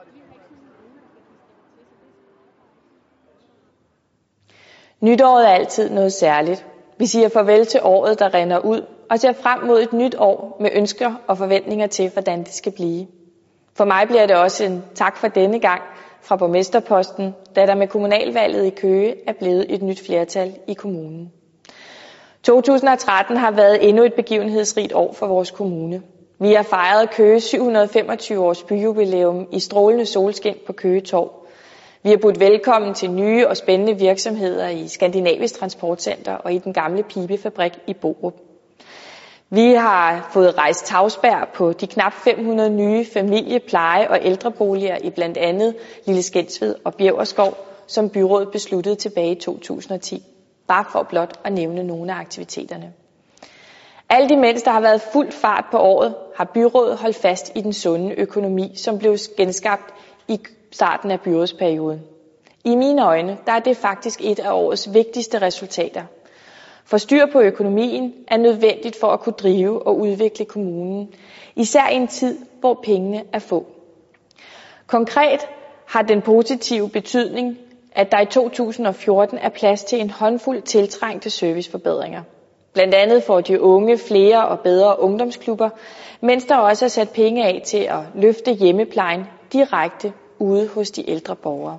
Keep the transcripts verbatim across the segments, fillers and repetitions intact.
Nytåret er altid noget særligt. Vi siger farvel til året, der rinder ud, og ser frem mod et nyt år med ønsker og forventninger til, hvordan det skal blive. For mig bliver det også en tak for denne gang fra borgmesterposten, da der med kommunalvalget i Køge er blevet et nyt flertal i kommunen. to tusind og tretten har været endnu et begivenhedsrigt år for vores kommune. Vi har fejret Køges syv hundrede og femogtyve års byjubilæum i strålende solskin på Køge Torv. Vi har budt velkommen til nye og spændende virksomheder i Skandinavisk Transportcenter og i den gamle pibefabrik i Borup. Vi har fået rejst tagspær på de knap fem hundrede nye familie-, pleje- og ældreboliger i blandt andet Lille Skensved og Bjæverskov, som byrådet besluttede tilbage i to tusind og ti. Bare for blot at nævne nogle af aktiviteterne. Alt imens der har været fuld fart på året, har byrådet holdt fast i den sunde økonomi, som blev genskabt i starten af byrådsperioden. I mine øjne der er det faktisk et af årets vigtigste resultater. For styr på økonomien er nødvendigt for at kunne drive og udvikle kommunen, især i en tid, hvor pengene er få. Konkret har den positive betydning, at der i to tusind og fjorten er plads til en håndfuld tiltrængte serviceforbedringer. Blandt andet får de unge flere og bedre ungdomsklubber, mens der også er sat penge af til at løfte hjemmeplejen direkte ude hos de ældre borgere.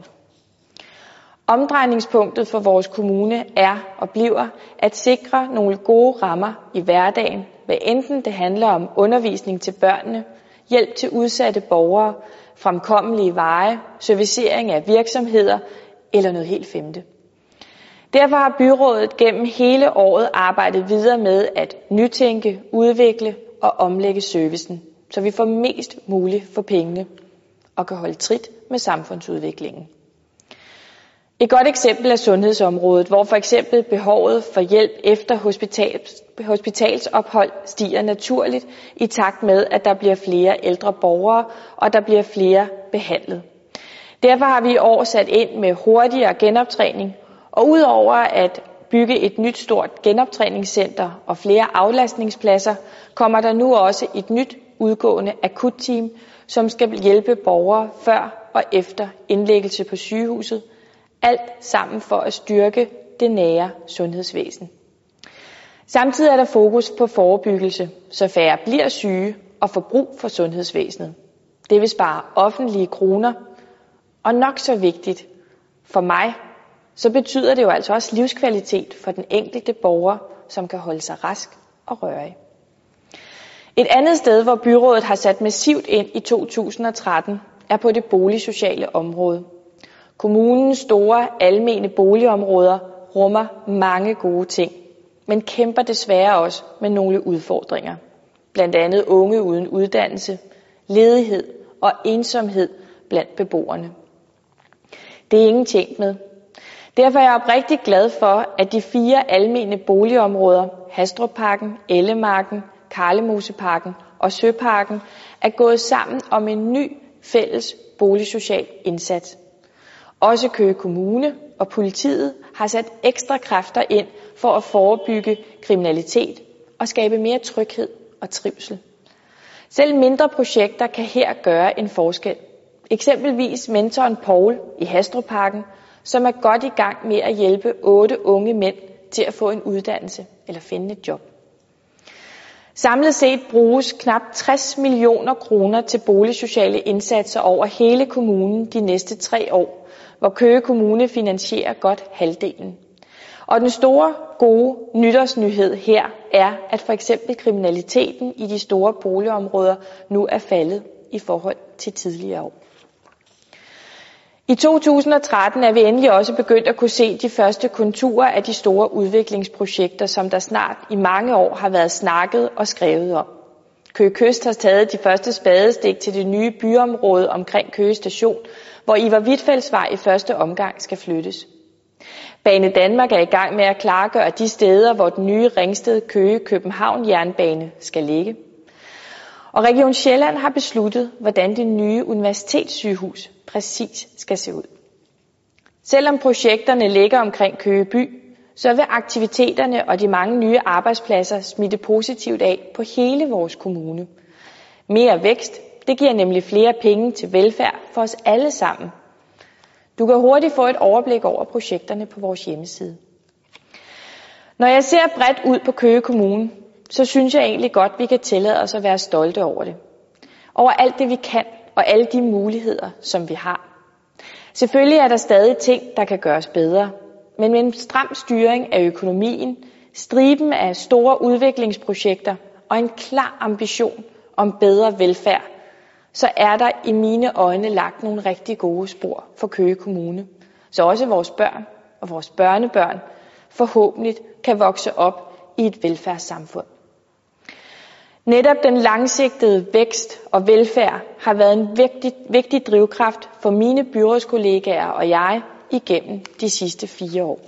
Omdrejningspunktet for vores kommune er og bliver at sikre nogle gode rammer i hverdagen, hvad enten det handler om undervisning til børnene, hjælp til udsatte borgere, fremkommelige veje, servicering af virksomheder eller noget helt femte. Derfor har byrådet gennem hele året arbejdet videre med at nytænke, udvikle og omlægge servicen, så vi får mest muligt for pengene og kan holde trit med samfundsudviklingen. Et godt eksempel er sundhedsområdet, hvor for eksempel behovet for hjælp efter hospitals, hospitalsophold stiger naturligt i takt med, at der bliver flere ældre borgere og der bliver flere behandlet. Derfor har vi i år sat ind med hurtigere genoptræning, og udover at bygge et nyt stort genoptræningscenter og flere aflastningspladser, kommer der nu også et nyt udgående akutteam, som skal hjælpe borgere før og efter indlæggelse på sygehuset, alt sammen for at styrke det nære sundhedsvæsen. Samtidig er der fokus på forebyggelse, så færre bliver syge og får brug for sundhedsvæsenet. Det vil spare offentlige kroner, og nok så vigtigt for mig, så betyder det jo altså også livskvalitet for den enkelte borger, som kan holde sig rask og rørig. Et andet sted, hvor byrådet har sat massivt ind i to tusind og tretten, er på det boligsociale område. Kommunens store almene boligområder rummer mange gode ting, men kæmper desværre også med nogle udfordringer. Blandt andet unge uden uddannelse, ledighed og ensomhed blandt beboerne. Det er ingen tjent med. Derfor er jeg oprigtig glad for, at de fire almene boligområder, Hastrupparken, Ellemarken, Karlemoseparken og Søparken, er gået sammen om en ny fælles boligsocial indsats. Også Køge Kommune og politiet har sat ekstra kræfter ind for at forebygge kriminalitet og skabe mere tryghed og trivsel. Selv mindre projekter kan her gøre en forskel. Eksempelvis mentoren Paul i Hastrupparken, som er godt i gang med at hjælpe otte unge mænd til at få en uddannelse eller finde et job. Samlet set bruges knap tres millioner kroner til boligsociale indsatser over hele kommunen de næste tre år, hvor Køge Kommune finansierer godt halvdelen. Og den store, gode nytårsnyhed her er, at for eksempel kriminaliteten i de store boligområder nu er faldet i forhold til tidligere år. I to tusind og tretten er vi endelig også begyndt at kunne se de første konturer af de store udviklingsprojekter, som der snart i mange år har været snakket og skrevet om. Køge Kyst har taget de første spadestik til det nye byområde omkring Køge Station, hvor Ivar Huitfeldts i første omgang skal flyttes. Bane Danmark er i gang med at klargøre de steder, hvor den nye Ringsted-Køge-København jernbane skal ligge. Og Region Sjælland har besluttet, hvordan det nye universitetssygehus præcis skal se ud. Selvom projekterne ligger omkring Køge by, så vil aktiviteterne og de mange nye arbejdspladser smitte positivt af på hele vores kommune. Mere vækst, Det giver nemlig flere penge til velfærd for os alle sammen. Du kan hurtigt få et overblik over projekterne på vores hjemmeside. Når jeg ser bredt ud på Køge Kommune, så synes jeg egentlig godt, vi kan tillade os at være stolte over det. Over alt det, vi kan, og alle de muligheder, som vi har. Selvfølgelig er der stadig ting, der kan gøres bedre, men med en stram styring af økonomien, striben af store udviklingsprojekter og en klar ambition om bedre velfærd, så er der i mine øjne lagt nogle rigtig gode spor for Køge Kommune, så også vores børn og vores børnebørn forhåbentlig kan vokse op i et velfærdssamfund. Netop den langsigtede vækst og velfærd har været en vigtig, vigtig drivkraft for mine byrådskollegaer og jeg igennem de sidste fire år.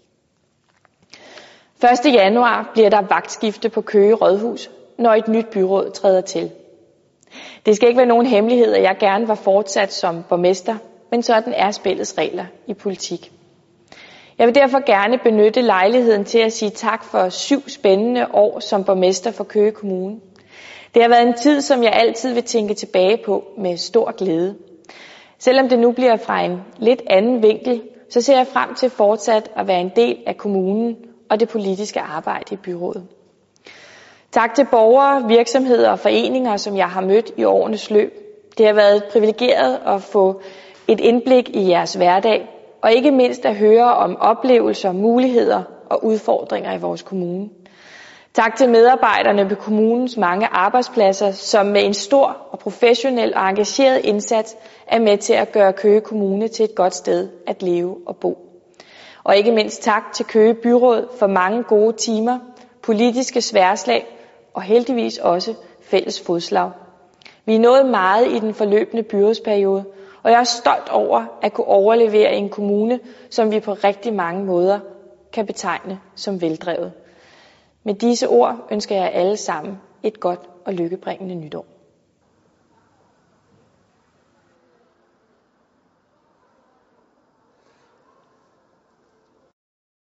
første januar bliver der vagtskifte på Køge Rådhus, når et nyt byråd træder til. Det skal ikke være nogen hemmelighed, at jeg gerne var fortsat som borgmester, men sådan er spillets regler i politik. Jeg vil derfor gerne benytte lejligheden til at sige tak for syv spændende år som borgmester for Køge Kommune. Det har været en tid, som jeg altid vil tænke tilbage på med stor glæde. Selvom det nu bliver fra en lidt anden vinkel, så ser jeg frem til fortsat at være en del af kommunen og det politiske arbejde i byrådet. Tak til borgere, virksomheder og foreninger, som jeg har mødt i årenes løb. Det har været privilegeret at få et indblik i jeres hverdag, og ikke mindst at høre om oplevelser, muligheder og udfordringer i vores kommune. Tak til medarbejderne på kommunens mange arbejdspladser, som med en stor og professionel og engageret indsats er med til at gøre Køge Kommune til et godt sted at leve og bo. Og ikke mindst tak til Køge Byråd for mange gode timer, politiske sværslag og heldigvis også fælles fodslag. Vi er nået meget i den forløbende byrådsperiode, og jeg er stolt over at kunne overlevere en kommune, som vi på rigtig mange måder kan betegne som veldrevet. Med disse ord ønsker jeg alle sammen et godt og lykkebringende nytår.